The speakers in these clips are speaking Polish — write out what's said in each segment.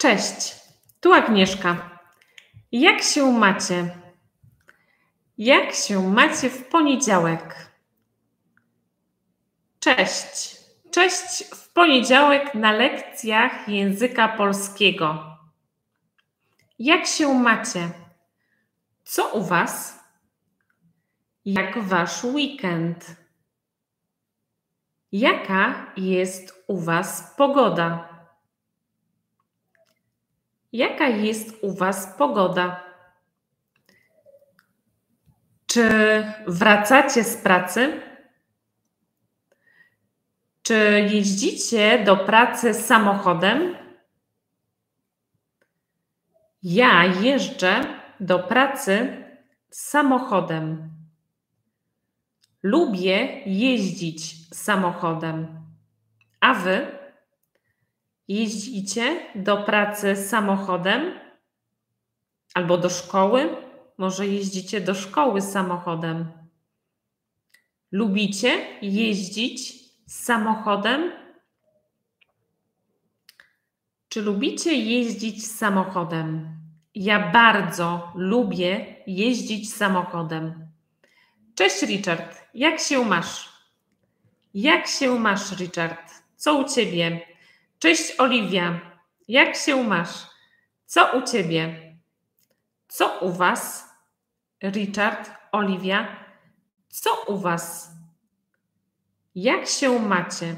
Cześć, tu Agnieszka. Jak się macie? Jak się macie w poniedziałek? Cześć. Cześć w poniedziałek na lekcjach języka polskiego. Jak się macie? Co u was? Jak wasz weekend? Jaka jest u was pogoda? Jaka jest u was pogoda? Czy wracacie z pracy? Czy jeździcie do pracy samochodem? Ja jeżdżę do pracy samochodem. Lubię jeździć samochodem. A wy? Jeździcie do pracy samochodem? Albo do szkoły? Może jeździcie do szkoły samochodem? Lubicie jeździć samochodem? Czy lubicie jeździć samochodem? Ja bardzo lubię jeździć samochodem. Cześć Richard, jak się masz? Jak się masz, Richard? Co u ciebie? Cześć Oliwia, jak się masz? Co u ciebie? Co u was? Richard, Oliwia, co u was? Jak się macie?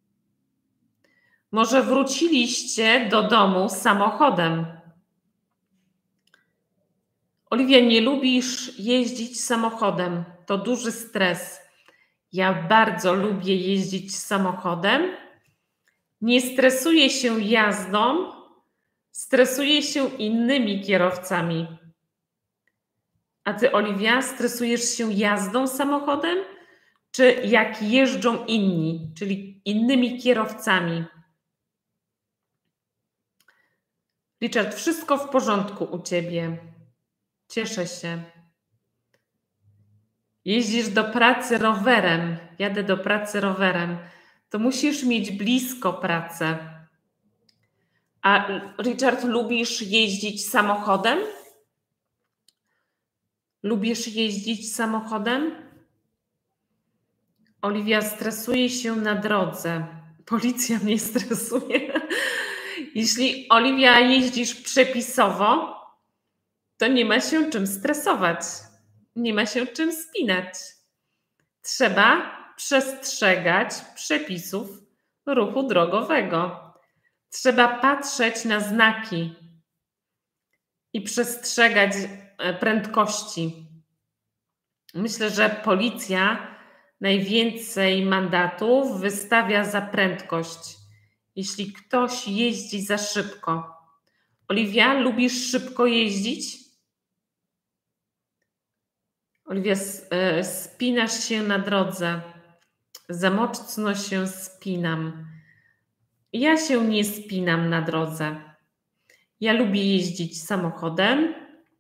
Może wróciliście do domu samochodem? Oliwia, nie lubisz jeździć samochodem. To duży stres. Ja bardzo lubię jeździć samochodem. Nie stresuję się jazdą, stresuję się innymi kierowcami. A ty, Oliwia, stresujesz się jazdą samochodem? Czy jak jeżdżą inni, czyli innymi kierowcami? Richard, wszystko w porządku u ciebie. Cieszę się. Jeździsz do pracy rowerem. Jadę do pracy rowerem. To musisz mieć blisko pracę. A Richard, lubisz jeździć samochodem? Lubisz jeździć samochodem? Oliwia, stresuje się na drodze. Policja mnie stresuje. Jeśli, Oliwia, jeździsz przepisowo, to nie ma się czym stresować. Nie ma się czym spinać. Trzeba przestrzegać przepisów ruchu drogowego. Trzeba patrzeć na znaki i przestrzegać prędkości. Myślę, że policja najwięcej mandatów wystawia za prędkość, jeśli ktoś jeździ za szybko. Oliwia, lubisz szybko jeździć? Oliwia, spinasz się na drodze. Za mocno się spinam. Ja się nie spinam na drodze. Ja lubię jeździć samochodem,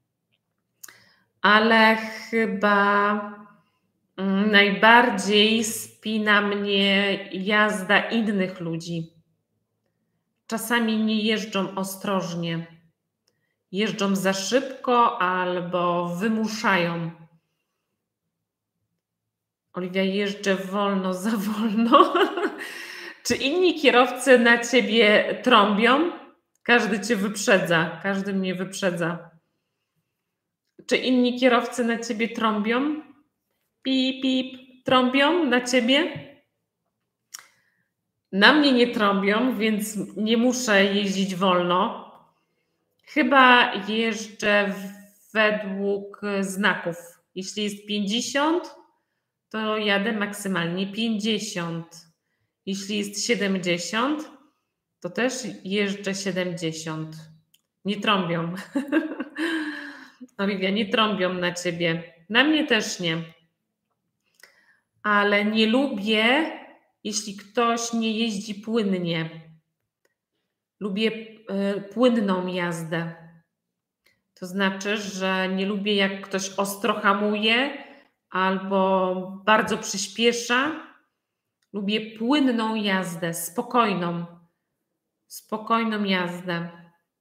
ale chyba najbardziej spina mnie jazda innych ludzi. Czasami nie jeżdżą ostrożnie. Jeżdżą za szybko albo wymuszają. Oliwia, jeżdżę wolno, za wolno. Czy inni kierowcy na ciebie trąbią? Każdy cię wyprzedza. Każdy mnie wyprzedza. Czy inni kierowcy na ciebie trąbią? Pip, pip. Trąbią na ciebie? Na mnie nie trąbią, więc nie muszę jeździć wolno. Chyba jeżdżę według znaków. Jeśli jest 50, to jadę maksymalnie 50. Jeśli jest 70, to też jeżdżę 70. Nie trąbią. Oliwia, nie trąbią na ciebie. Na mnie też nie. Ale nie lubię, jeśli ktoś nie jeździ płynnie. Lubię płynną jazdę. To znaczy, że nie lubię, jak ktoś ostro hamuje albo bardzo przyspiesza. Lubię płynną jazdę, spokojną jazdę.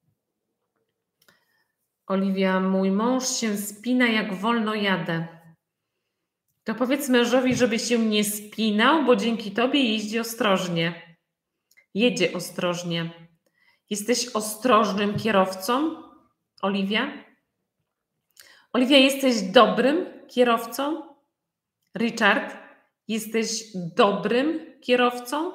Oliwia, mój mąż się spina, jak wolno jadę. To powiedz mężowi, żeby się nie spinał, bo dzięki tobie jeździ ostrożnie. Jedzie ostrożnie. Jesteś ostrożnym kierowcą, Oliwia? Oliwia, jesteś dobrym kierowcą? Richard, jesteś dobrym kierowcą?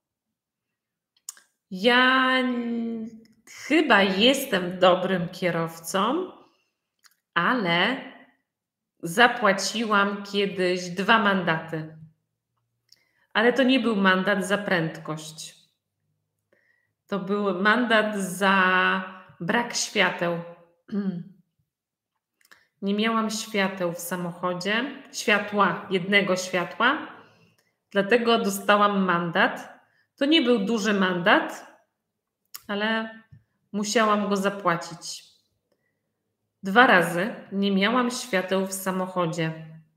Ja chyba jestem dobrym kierowcą, ale zapłaciłam kiedyś 2 mandaty. Ale to nie był mandat za prędkość. To był mandat za brak świateł. Nie miałam świateł w samochodzie, jednego światła, dlatego dostałam mandat. To nie był duży mandat, ale musiałam go zapłacić. 2 razy nie miałam świateł w samochodzie.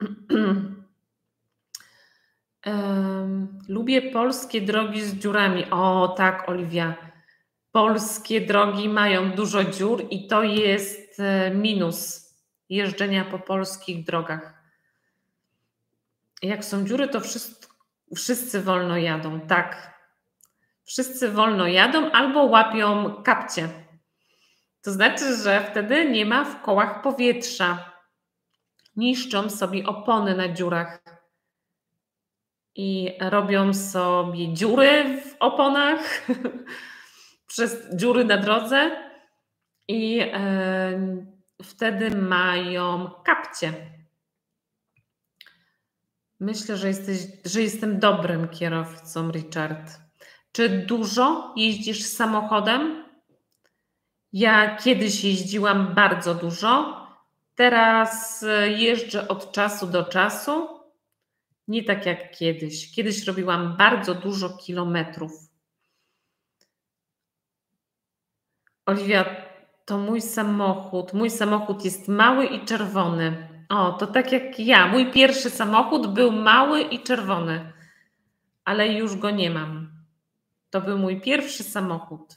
Lubię polskie drogi z dziurami. O tak, Oliwia. Polskie drogi mają dużo dziur i to jest minus jeżdżenia po polskich drogach. Jak są dziury, to wszyscy wolno jadą. Tak. Wszyscy wolno jadą albo łapią kapcie. To znaczy, że wtedy nie ma w kołach powietrza. Niszczą sobie opony na dziurach. I robią sobie dziury w oponach przez dziury na drodze i wtedy mają kapcie. Myślę, że jestem dobrym kierowcą, Richard. Czy dużo jeździsz samochodem? Ja kiedyś jeździłam bardzo dużo. Teraz jeżdżę od czasu do czasu. Nie tak jak kiedyś. Kiedyś robiłam bardzo dużo kilometrów. Oliwia, to mój samochód. Mój samochód jest mały i czerwony. O, to tak jak ja. Mój pierwszy samochód był mały i czerwony, ale już go nie mam. To był mój pierwszy samochód.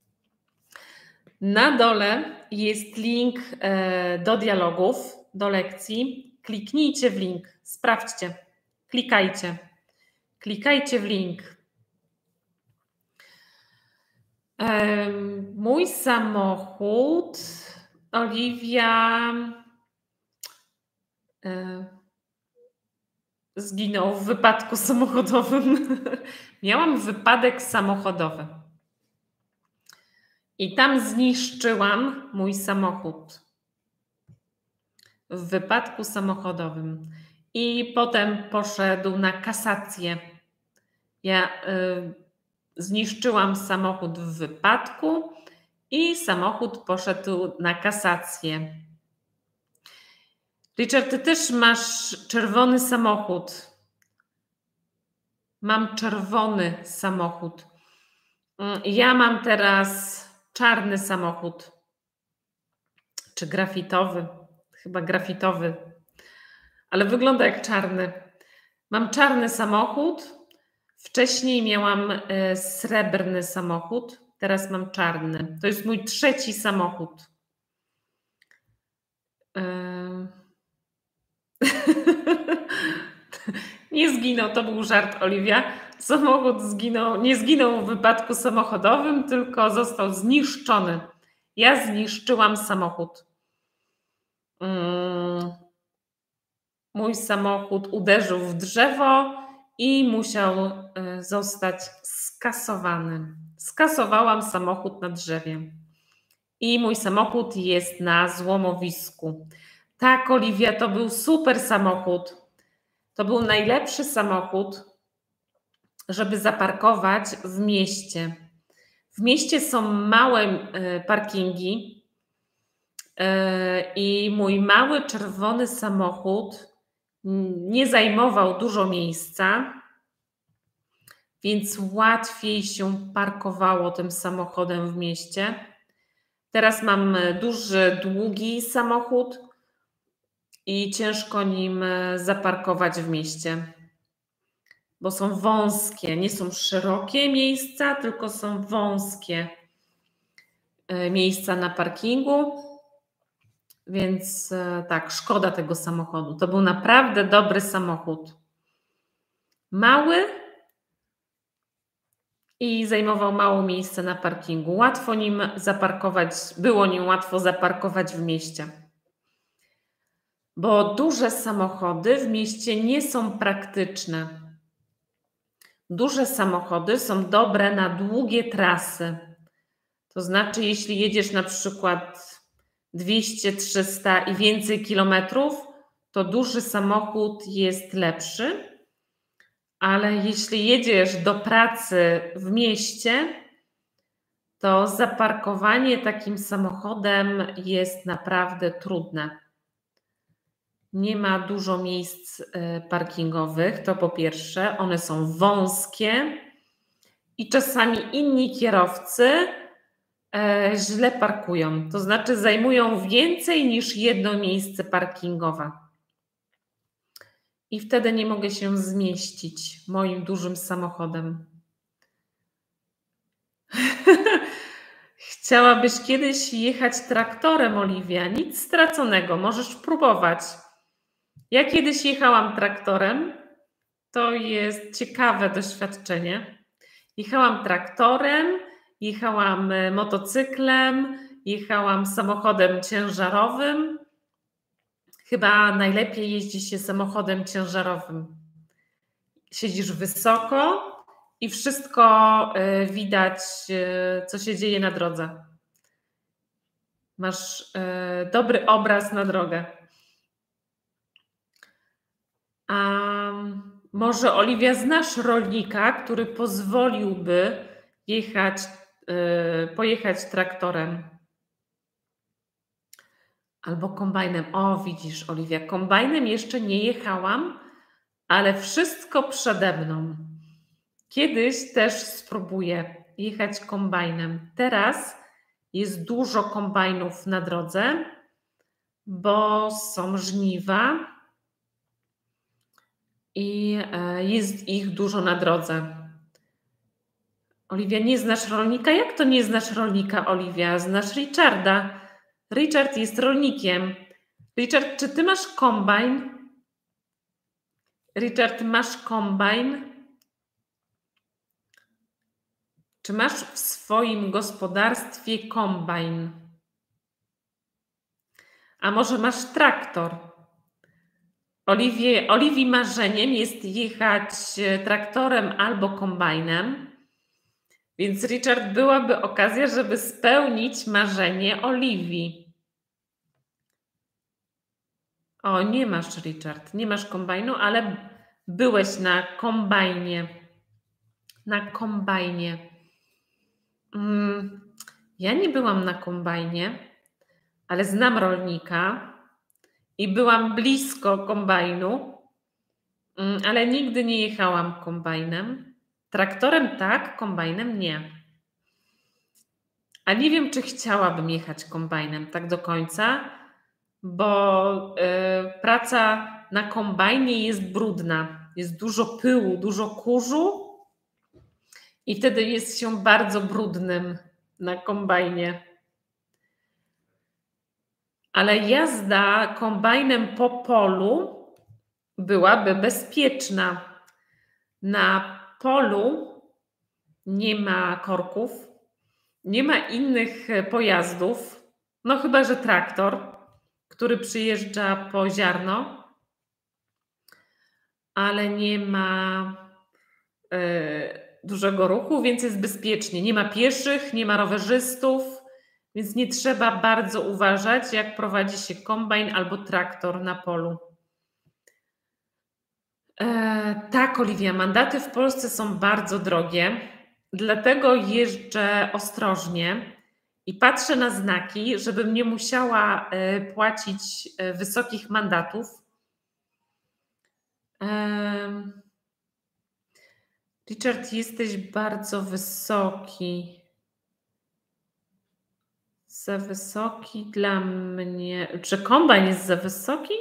Na dole jest link do dialogów, do lekcji. Kliknijcie w link, sprawdźcie. Klikajcie. Klikajcie w link. Mój samochód, Oliwia, zginął w wypadku samochodowym. Miałam wypadek samochodowy. I tam zniszczyłam mój samochód. W wypadku samochodowym. I potem poszedł na kasację. Ja zniszczyłam samochód w wypadku i samochód poszedł na kasację. Richard, ty też masz czerwony samochód. Mam czerwony samochód. Ja mam teraz czarny samochód. Czy grafitowy? Chyba grafitowy. Ale wygląda jak czarny. Mam czarny samochód. Wcześniej miałam srebrny samochód. Teraz mam czarny. To jest mój 3. samochód. Nie zginął, to był żart, Oliwia. Samochód nie zginął w wypadku samochodowym, tylko został zniszczony. Ja zniszczyłam samochód. Mój samochód uderzył w drzewo i musiał zostać skasowany. Skasowałam samochód na drzewie. I mój samochód jest na złomowisku. Tak, Oliwia, to był super samochód. To był najlepszy samochód, żeby zaparkować w mieście. W mieście są małe parkingi i mój mały czerwony samochód nie zajmował dużo miejsca, więc łatwiej się parkowało tym samochodem w mieście. Teraz mam duży, długi samochód i ciężko nim zaparkować w mieście, bo są wąskie, nie są szerokie miejsca, tylko są wąskie miejsca na parkingu. Więc tak, szkoda tego samochodu. To był naprawdę dobry samochód. Mały i zajmował mało miejsca na parkingu. Było nim łatwo zaparkować w mieście. Bo duże samochody w mieście nie są praktyczne. Duże samochody są dobre na długie trasy. To znaczy, jeśli jedziesz na przykład 200, 300 i więcej kilometrów, to duży samochód jest lepszy. Ale jeśli jedziesz do pracy w mieście, to zaparkowanie takim samochodem jest naprawdę trudne. Nie ma dużo miejsc parkingowych, to po pierwsze. One są wąskie i czasami inni kierowcy źle parkują. To znaczy zajmują więcej niż jedno miejsce parkingowe. I wtedy nie mogę się zmieścić moim dużym samochodem. Chciałabyś kiedyś jechać traktorem, Oliwia? Nic straconego, możesz próbować. Ja kiedyś jechałam traktorem. To jest ciekawe doświadczenie. Jechałam traktorem, jechałam motocyklem, jechałam samochodem ciężarowym. Chyba najlepiej jeździ się samochodem ciężarowym. Siedzisz wysoko i wszystko widać, co się dzieje na drodze. Masz dobry obraz na drogę. A może, Oliwia, znasz rolnika, który pozwoliłby pojechać traktorem? Albo kombajnem. O, widzisz, Oliwia, kombajnem jeszcze nie jechałam, ale wszystko przede mną. Kiedyś też spróbuję jechać kombajnem. Teraz jest dużo kombajnów na drodze, bo są żniwa i jest ich dużo na drodze. Oliwia, nie znasz rolnika? Jak to nie znasz rolnika, Oliwia? Znasz Richarda. Richard jest rolnikiem. Richard, czy ty masz kombajn? Richard, masz kombajn? Czy masz w swoim gospodarstwie kombajn? A może masz traktor? Oliwii marzeniem jest jechać traktorem albo kombajnem, więc, Richard, byłaby okazja, żeby spełnić marzenie Oliwii. O, nie masz, Richard, nie masz kombajnu, ale byłeś na kombajnie. Na kombajnie. Ja nie byłam na kombajnie, ale znam rolnika i byłam blisko kombajnu, ale nigdy nie jechałam kombajnem. Traktorem tak, kombajnem nie. A nie wiem, czy chciałabym jechać kombajnem tak do końca, bo praca na kombajnie jest brudna. Jest dużo pyłu, dużo kurzu i wtedy jest się bardzo brudnym na kombajnie. Ale jazda kombajnem po polu byłaby bezpieczna. Na polu nie ma korków, nie ma innych pojazdów, no chyba że traktor, który przyjeżdża po ziarno, ale nie ma dużego ruchu, więc jest bezpiecznie. Nie ma pieszych, nie ma rowerzystów, więc nie trzeba bardzo uważać, jak prowadzi się kombajn albo traktor na polu. Tak, Oliwia, mandaty w Polsce są bardzo drogie, dlatego jeżdżę ostrożnie i patrzę na znaki, żebym nie musiała płacić wysokich mandatów. Richard, jesteś bardzo wysoki. Za wysoki dla mnie. Czy kombajn jest za wysoki?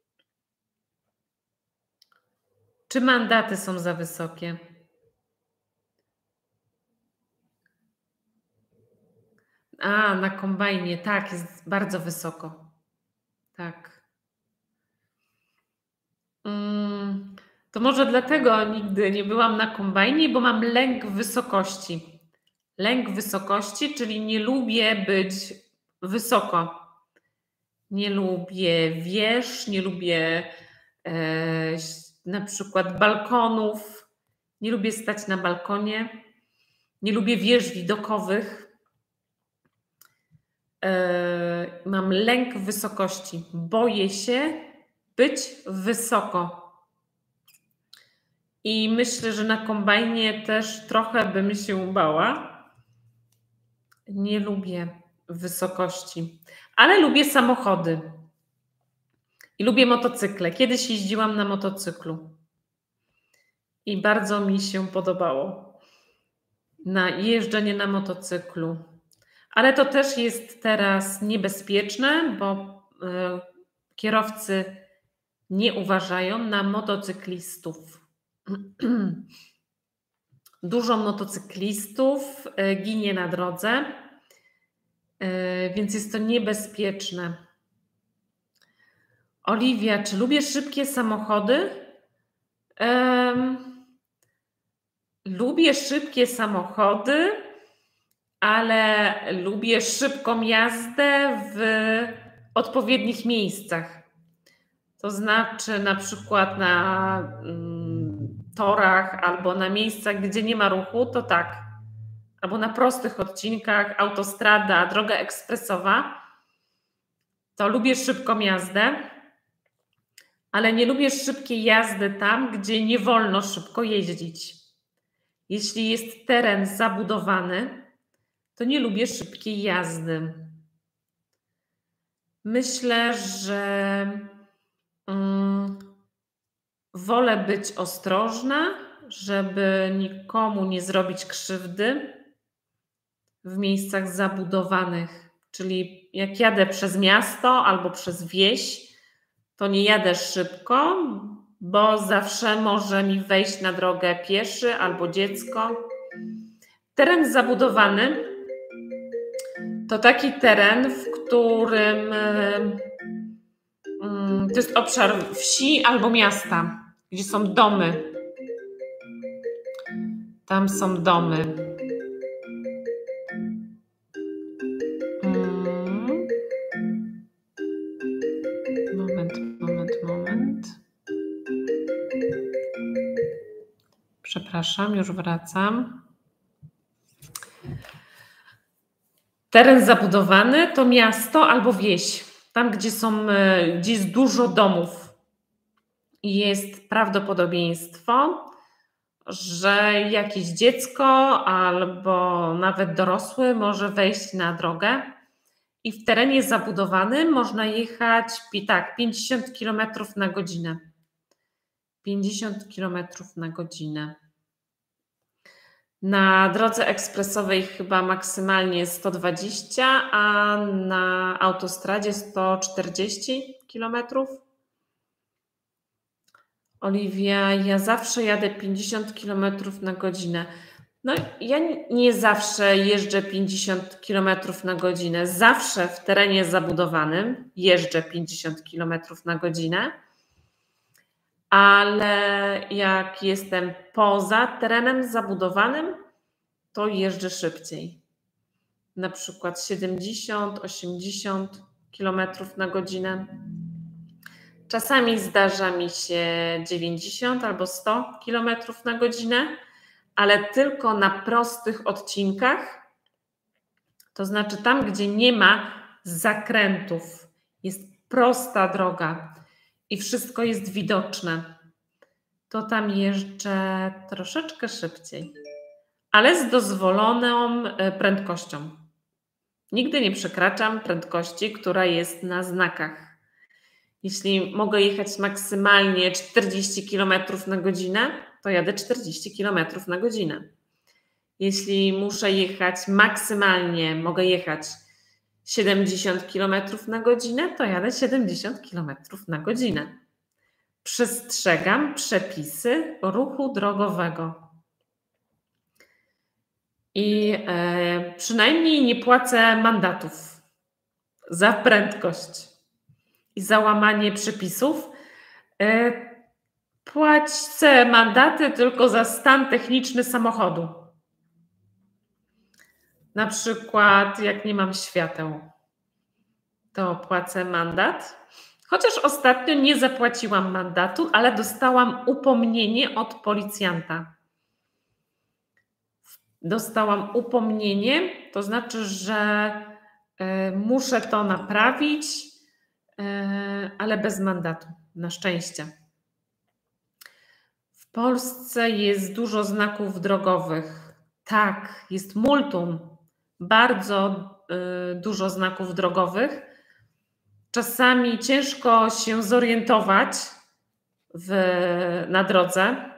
Czy mandaty są za wysokie? A, na kombajnie, tak, jest bardzo wysoko. tak. To może dlatego nigdy nie byłam na kombajnie, bo mam lęk wysokości. Lęk wysokości, czyli nie lubię być wysoko. Nie lubię wież, nie lubię na przykład balkonów, nie lubię stać na balkonie, nie lubię wież widokowych. Mam lęk wysokości. Boję się być wysoko. I myślę, że na kombajnie też trochę bym się bała. Nie lubię wysokości, ale lubię samochody. I lubię motocykle. Kiedyś jeździłam na motocyklu. I bardzo mi się podobało jeżdżenie na motocyklu. Ale to też jest teraz niebezpieczne, bo kierowcy nie uważają na motocyklistów. Dużo motocyklistów ginie na drodze, więc jest to niebezpieczne. Oliwia, czy lubię szybkie samochody? Lubię szybkie samochody, ale lubię szybką jazdę w odpowiednich miejscach. To znaczy na przykład na torach albo na miejscach, gdzie nie ma ruchu, to tak. Albo na prostych odcinkach, autostrada, droga ekspresowa, to lubię szybką jazdę, ale nie lubię szybkiej jazdy tam, gdzie nie wolno szybko jeździć. Jeśli jest teren zabudowany, to nie lubię szybkiej jazdy. Myślę, że wolę być ostrożna, żeby nikomu nie zrobić krzywdy w miejscach zabudowanych. Czyli jak jadę przez miasto albo przez wieś, to nie jadę szybko, bo zawsze może mi wejść na drogę pieszy albo dziecko. Teren zabudowany to taki teren, w którym to jest obszar wsi albo miasta, gdzie są domy. Tam są domy. Moment. Przepraszam, już wracam. Teren zabudowany to miasto albo wieś. Tam, gdzie jest dużo domów. I jest prawdopodobieństwo, że jakieś dziecko albo nawet dorosły może wejść na drogę. I w terenie zabudowanym można jechać 50 km na godzinę. 50 km na godzinę. Na drodze ekspresowej chyba maksymalnie 120, a na autostradzie 140 km. Oliwia, ja zawsze jadę 50 km na godzinę. No, ja nie zawsze jeżdżę 50 km na godzinę. Zawsze w terenie zabudowanym jeżdżę 50 km na godzinę, ale jak jestem poza terenem zabudowanym, to jeżdżę szybciej. Na przykład 70-80 km na godzinę. Czasami zdarza mi się 90 albo 100 km na godzinę, ale tylko na prostych odcinkach, to znaczy tam, gdzie nie ma zakrętów, jest prosta droga i wszystko jest widoczne, to tam jeżdżę troszeczkę szybciej, ale z dozwoloną prędkością. Nigdy nie przekraczam prędkości, która jest na znakach. Jeśli mogę jechać maksymalnie 40 km na godzinę, to jadę 40 km na godzinę. Jeśli muszę jechać maksymalnie, mogę jechać 70 km na godzinę, to jadę 70 km na godzinę. Przestrzegam przepisy ruchu drogowego. I przynajmniej nie płacę mandatów za prędkość. i za łamanie przepisów. E, Płacę mandaty tylko za stan techniczny samochodu. Na przykład jak nie mam świateł, to płacę mandat. Chociaż ostatnio nie zapłaciłam mandatu, ale dostałam upomnienie od policjanta. Dostałam upomnienie, to znaczy, że muszę to naprawić, ale bez mandatu, na szczęście. W Polsce jest dużo znaków drogowych. Tak, jest multum, bardzo dużo znaków drogowych. Czasami ciężko się zorientować na drodze,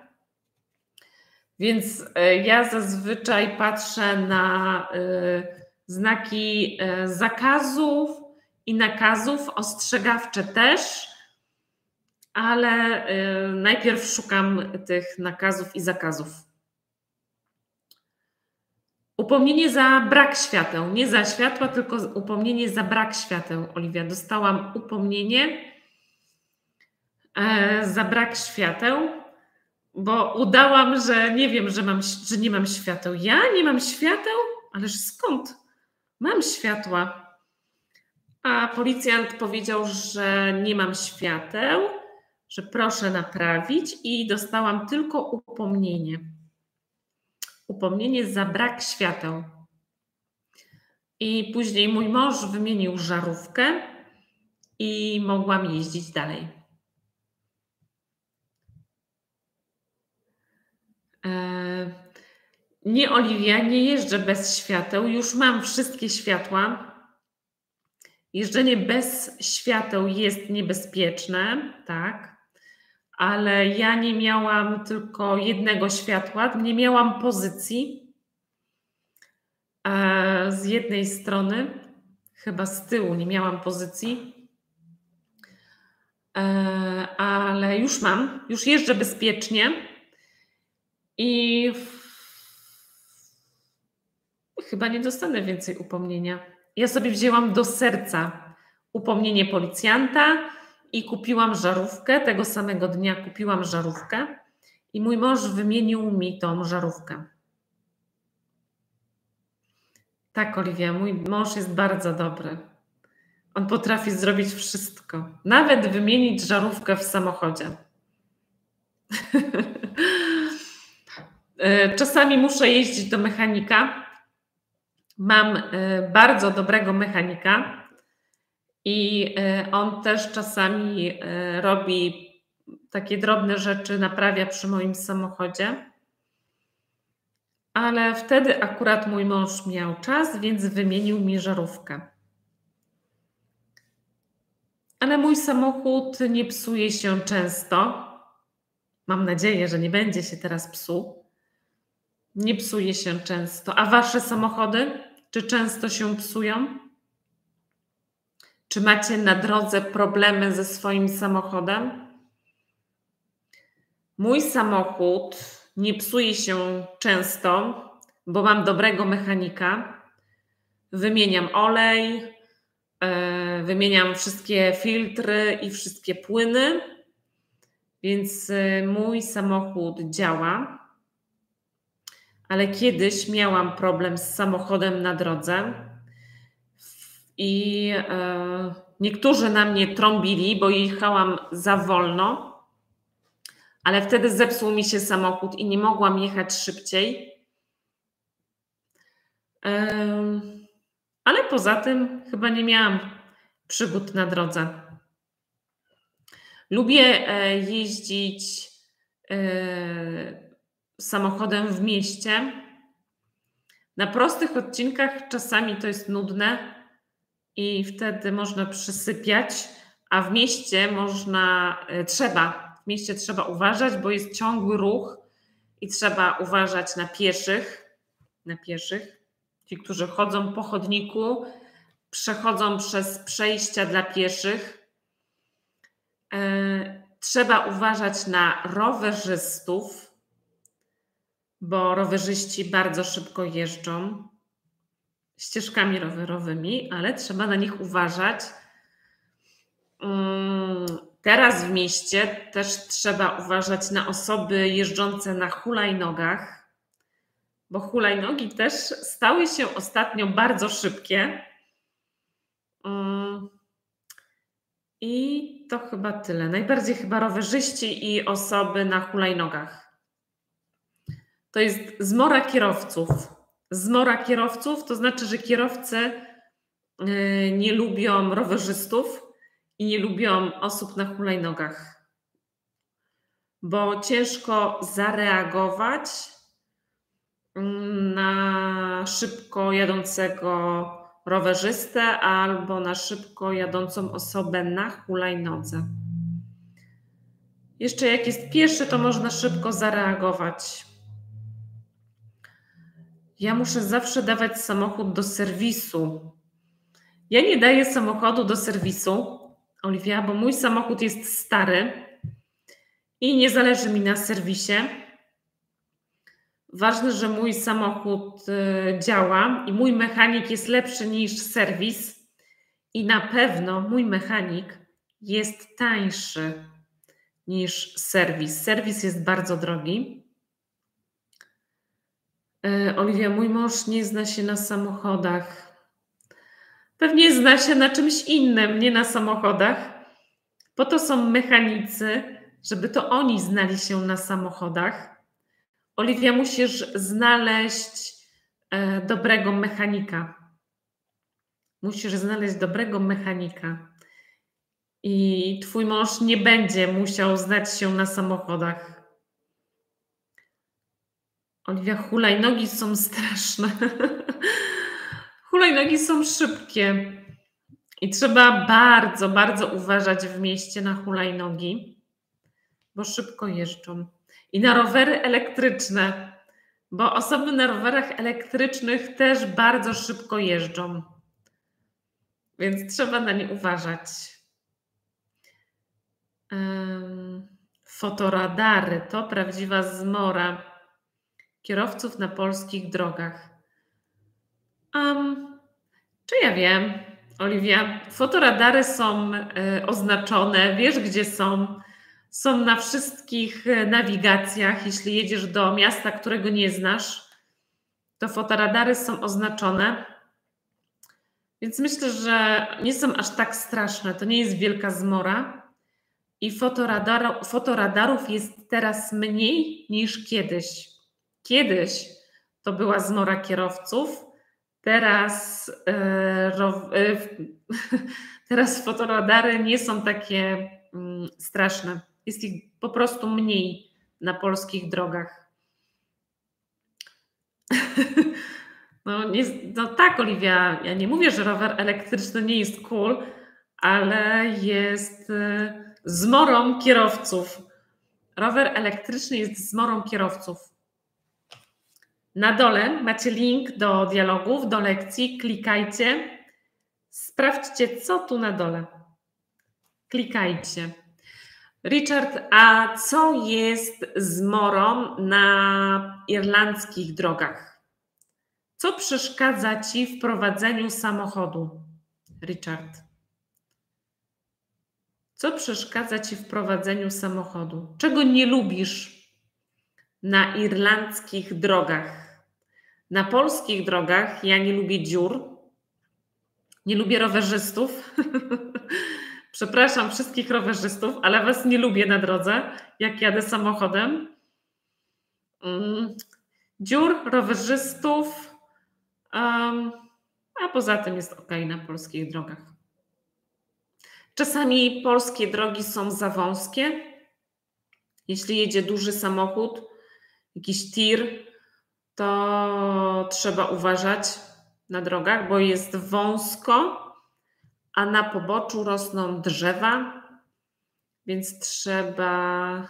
więc ja zazwyczaj patrzę na znaki zakazów i nakazów, ostrzegawcze też, ale najpierw szukam tych nakazów i zakazów. Upomnienie za brak świateł, nie za światła, tylko upomnienie za brak świateł, Oliwia. Dostałam upomnienie za brak świateł, bo udałam, że nie wiem, że nie mam świateł. Ja nie mam świateł? Ależ skąd? Mam światła. A policjant powiedział, że nie mam świateł, że proszę naprawić i dostałam tylko upomnienie. Upomnienie za brak świateł. I później mój mąż wymienił żarówkę i mogłam jeździć dalej. Nie, Oliwia, nie jeżdżę bez świateł. Już mam wszystkie światła. Jeżdżenie bez świateł jest niebezpieczne, tak, ale ja nie miałam tylko jednego światła, nie miałam pozycji z jednej strony, chyba z tyłu nie miałam pozycji, ale już jeżdżę bezpiecznie i chyba nie dostanę więcej upomnienia. Ja sobie wzięłam do serca upomnienie policjanta i kupiłam żarówkę. Tego samego dnia kupiłam żarówkę i mój mąż wymienił mi tą żarówkę. Tak, Oliwia, mój mąż jest bardzo dobry. On potrafi zrobić wszystko. Nawet wymienić żarówkę w samochodzie. Czasami muszę jeździć do mechanika. Mam bardzo dobrego mechanika i on też czasami robi takie drobne rzeczy, naprawia przy moim samochodzie. Ale wtedy akurat mój mąż miał czas, więc wymienił mi żarówkę. Ale mój samochód nie psuje się często. Mam nadzieję, że nie będzie się teraz psuł. Nie psuje się często. A wasze samochody? Czy często się psują? Czy macie na drodze problemy ze swoim samochodem? Mój samochód nie psuje się często, bo mam dobrego mechanika. Wymieniam olej, wymieniam wszystkie filtry i wszystkie płyny, więc mój samochód działa. Ale kiedyś miałam problem z samochodem na drodze i niektórzy na mnie trąbili, bo jechałam za wolno, ale wtedy zepsuł mi się samochód i nie mogłam jechać szybciej. Ale poza tym chyba nie miałam przygód na drodze. Lubię jeździć samochodem w mieście. Na prostych odcinkach czasami to jest nudne i wtedy można przysypiać, a w mieście trzeba uważać, bo jest ciągły ruch i trzeba uważać na pieszych. Ci, którzy chodzą po chodniku, przechodzą przez przejścia dla pieszych. Trzeba uważać na rowerzystów, bo rowerzyści bardzo szybko jeżdżą ścieżkami rowerowymi, ale trzeba na nich uważać. Mm, Teraz w mieście też trzeba uważać na osoby jeżdżące na hulajnogach, bo hulajnogi też stały się ostatnio bardzo szybkie. Mm, I to chyba tyle. Najbardziej chyba rowerzyści i osoby na hulajnogach. To jest zmora kierowców. Zmora kierowców to znaczy, że kierowcy nie lubią rowerzystów i nie lubią osób na hulajnogach, bo ciężko zareagować na szybko jadącego rowerzystę albo na szybko jadącą osobę na hulajnodze. Jeszcze jak jest pieszy, to można szybko zareagować. Ja muszę zawsze dawać samochód do serwisu. Ja nie daję samochodu do serwisu, Oliwia, bo mój samochód jest stary i nie zależy mi na serwisie. Ważne, że mój samochód działa i mój mechanik jest lepszy niż serwis i na pewno mój mechanik jest tańszy niż serwis. Serwis jest bardzo drogi. Oliwia, mój mąż nie zna się na samochodach. Pewnie zna się na czymś innym, nie na samochodach. Po to są mechanicy, żeby to oni znali się na samochodach. Oliwia, musisz znaleźć dobrego mechanika. Musisz znaleźć dobrego mechanika. I twój mąż nie będzie musiał znać się na samochodach. Oliwia, hulajnogi są straszne. Hulajnogi są szybkie. I trzeba bardzo, bardzo uważać w mieście na hulajnogi, bo szybko jeżdżą. I na rowery elektryczne, bo osoby na rowerach elektrycznych też bardzo szybko jeżdżą. Więc trzeba na nie uważać. Fotoradary to prawdziwa zmora kierowców na polskich drogach. Czy ja wiem, Oliwia? Fotoradary są oznaczone, wiesz gdzie są. Są na wszystkich nawigacjach. Jeśli jedziesz do miasta, którego nie znasz, to fotoradary są oznaczone. Więc myślę, że nie są aż tak straszne. To nie jest wielka zmora. I fotoradarów jest teraz mniej niż kiedyś. Kiedyś to była zmora kierowców. Teraz, teraz fotoradary nie są takie straszne. Jest ich po prostu mniej na polskich drogach. No tak, Oliwia, ja nie mówię, że rower elektryczny nie jest cool, ale jest zmorą kierowców. Rower elektryczny jest zmorą kierowców. Na dole macie link do dialogów, do lekcji. Klikajcie. Sprawdźcie, co tu na dole. Klikajcie. Richard, a co jest zmorą na irlandzkich drogach? Co przeszkadza Ci w prowadzeniu samochodu, Richard? Co przeszkadza Ci w prowadzeniu samochodu? Czego nie lubisz na irlandzkich drogach? Na polskich drogach ja nie lubię dziur, nie lubię rowerzystów. Przepraszam wszystkich rowerzystów, ale Was nie lubię na drodze, jak jadę samochodem. Dziur, rowerzystów, a poza tym jest ok na polskich drogach. Czasami polskie drogi są za wąskie. Jeśli jedzie duży samochód, jakiś tir, to trzeba uważać na drogach, bo jest wąsko, a na poboczu rosną drzewa, więc trzeba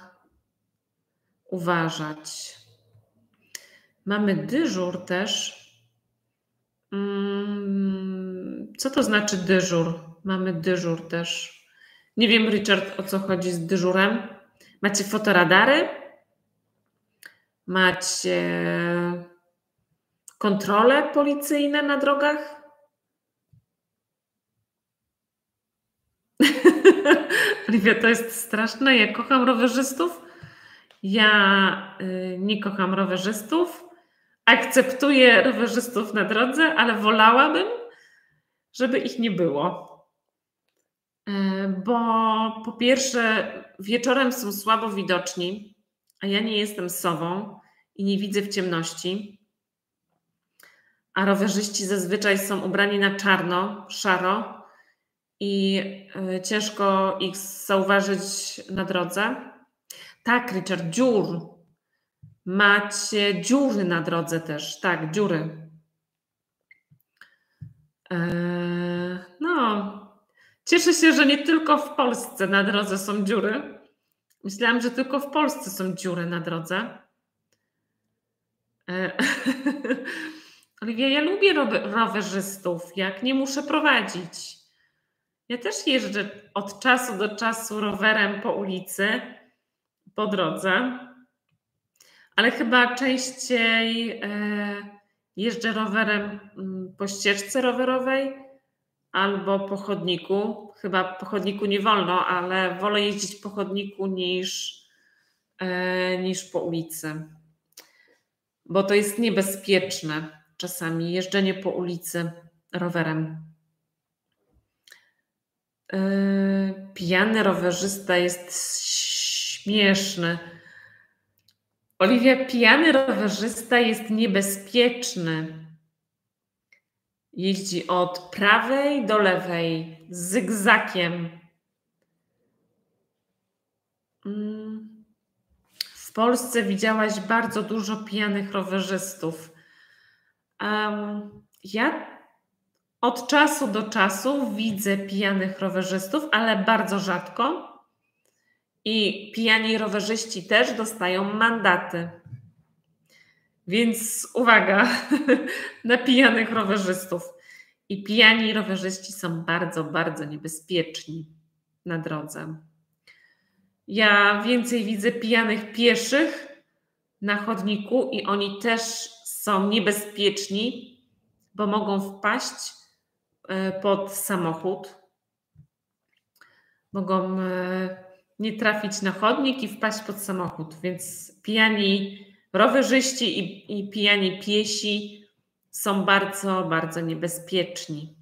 uważać. Mamy dyżur też. Co to znaczy dyżur? Mamy dyżur też. Nie wiem, Richard, o co chodzi z dyżurem. Macie fotoradary? Macie kontrole policyjne na drogach? Oliwia, to jest straszne. Ja kocham rowerzystów. Ja nie kocham rowerzystów. Akceptuję rowerzystów na drodze, ale wolałabym, żeby ich nie było. Bo po pierwsze, wieczorem są słabo widoczni, a ja nie jestem sową i nie widzę w ciemności. A rowerzyści zazwyczaj są ubrani na czarno, szaro i ciężko ich zauważyć na drodze. Tak, Richard, dziur. Macie dziury na drodze też. Tak, dziury. No, cieszę się, że nie tylko w Polsce na drodze są dziury. Myślałam, że tylko w Polsce są dziury na drodze. Oliwia, ja lubię rowerzystów, jak nie muszę prowadzić. Ja też jeżdżę od czasu do czasu rowerem po ulicy, po drodze, ale chyba częściej jeżdżę rowerem po ścieżce rowerowej albo po chodniku. Chyba po chodniku nie wolno, ale wolę jeździć po chodniku niż po ulicy. Bo to jest niebezpieczne czasami jeżdżenie po ulicy rowerem. Pijany rowerzysta jest śmieszny. Oliwia, pijany rowerzysta jest niebezpieczny. Jeździ od prawej do lewej, zygzakiem. W Polsce widziałaś bardzo dużo pijanych rowerzystów. Ja od czasu do czasu widzę pijanych rowerzystów, ale bardzo rzadko. I pijani rowerzyści też dostają mandaty. Więc uwaga na pijanych rowerzystów. I pijani rowerzyści są bardzo, bardzo niebezpieczni na drodze. Ja więcej widzę pijanych pieszych na chodniku i oni też są niebezpieczni, bo mogą wpaść pod samochód. Mogą nie trafić na chodnik i wpaść pod samochód. Więc pijani rowerzyści i pijani piesi są bardzo, bardzo niebezpieczni.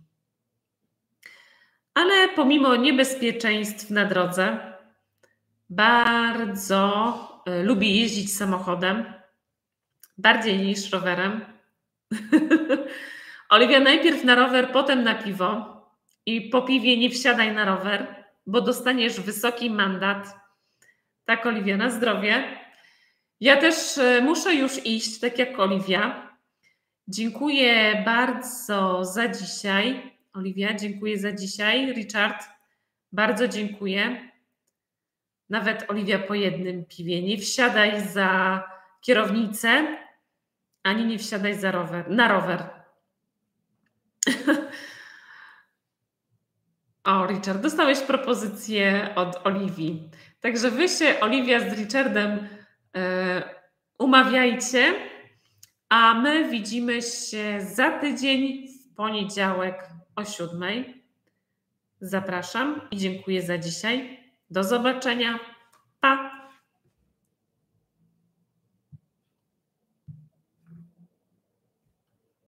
Ale pomimo niebezpieczeństw na drodze, bardzo lubię jeździć samochodem. Bardziej niż rowerem. Oliwia, najpierw na rower, potem na piwo. I po piwie nie wsiadaj na rower, bo dostaniesz wysoki mandat. Tak, Oliwia, na zdrowie. Ja też muszę już iść, tak jak Oliwia. Dziękuję bardzo za dzisiaj. Oliwia, dziękuję za dzisiaj. Richard, bardzo dziękuję. Nawet Oliwia po jednym piwie. Nie wsiadaj za kierownicę, ani nie wsiadaj na rower. O, Richard, dostałeś propozycję od Oliwii. Także wy się, Oliwia z Richardem, umawiajcie, a my widzimy się za tydzień w poniedziałek o 7:00. Zapraszam i dziękuję za dzisiaj. Do zobaczenia. Pa!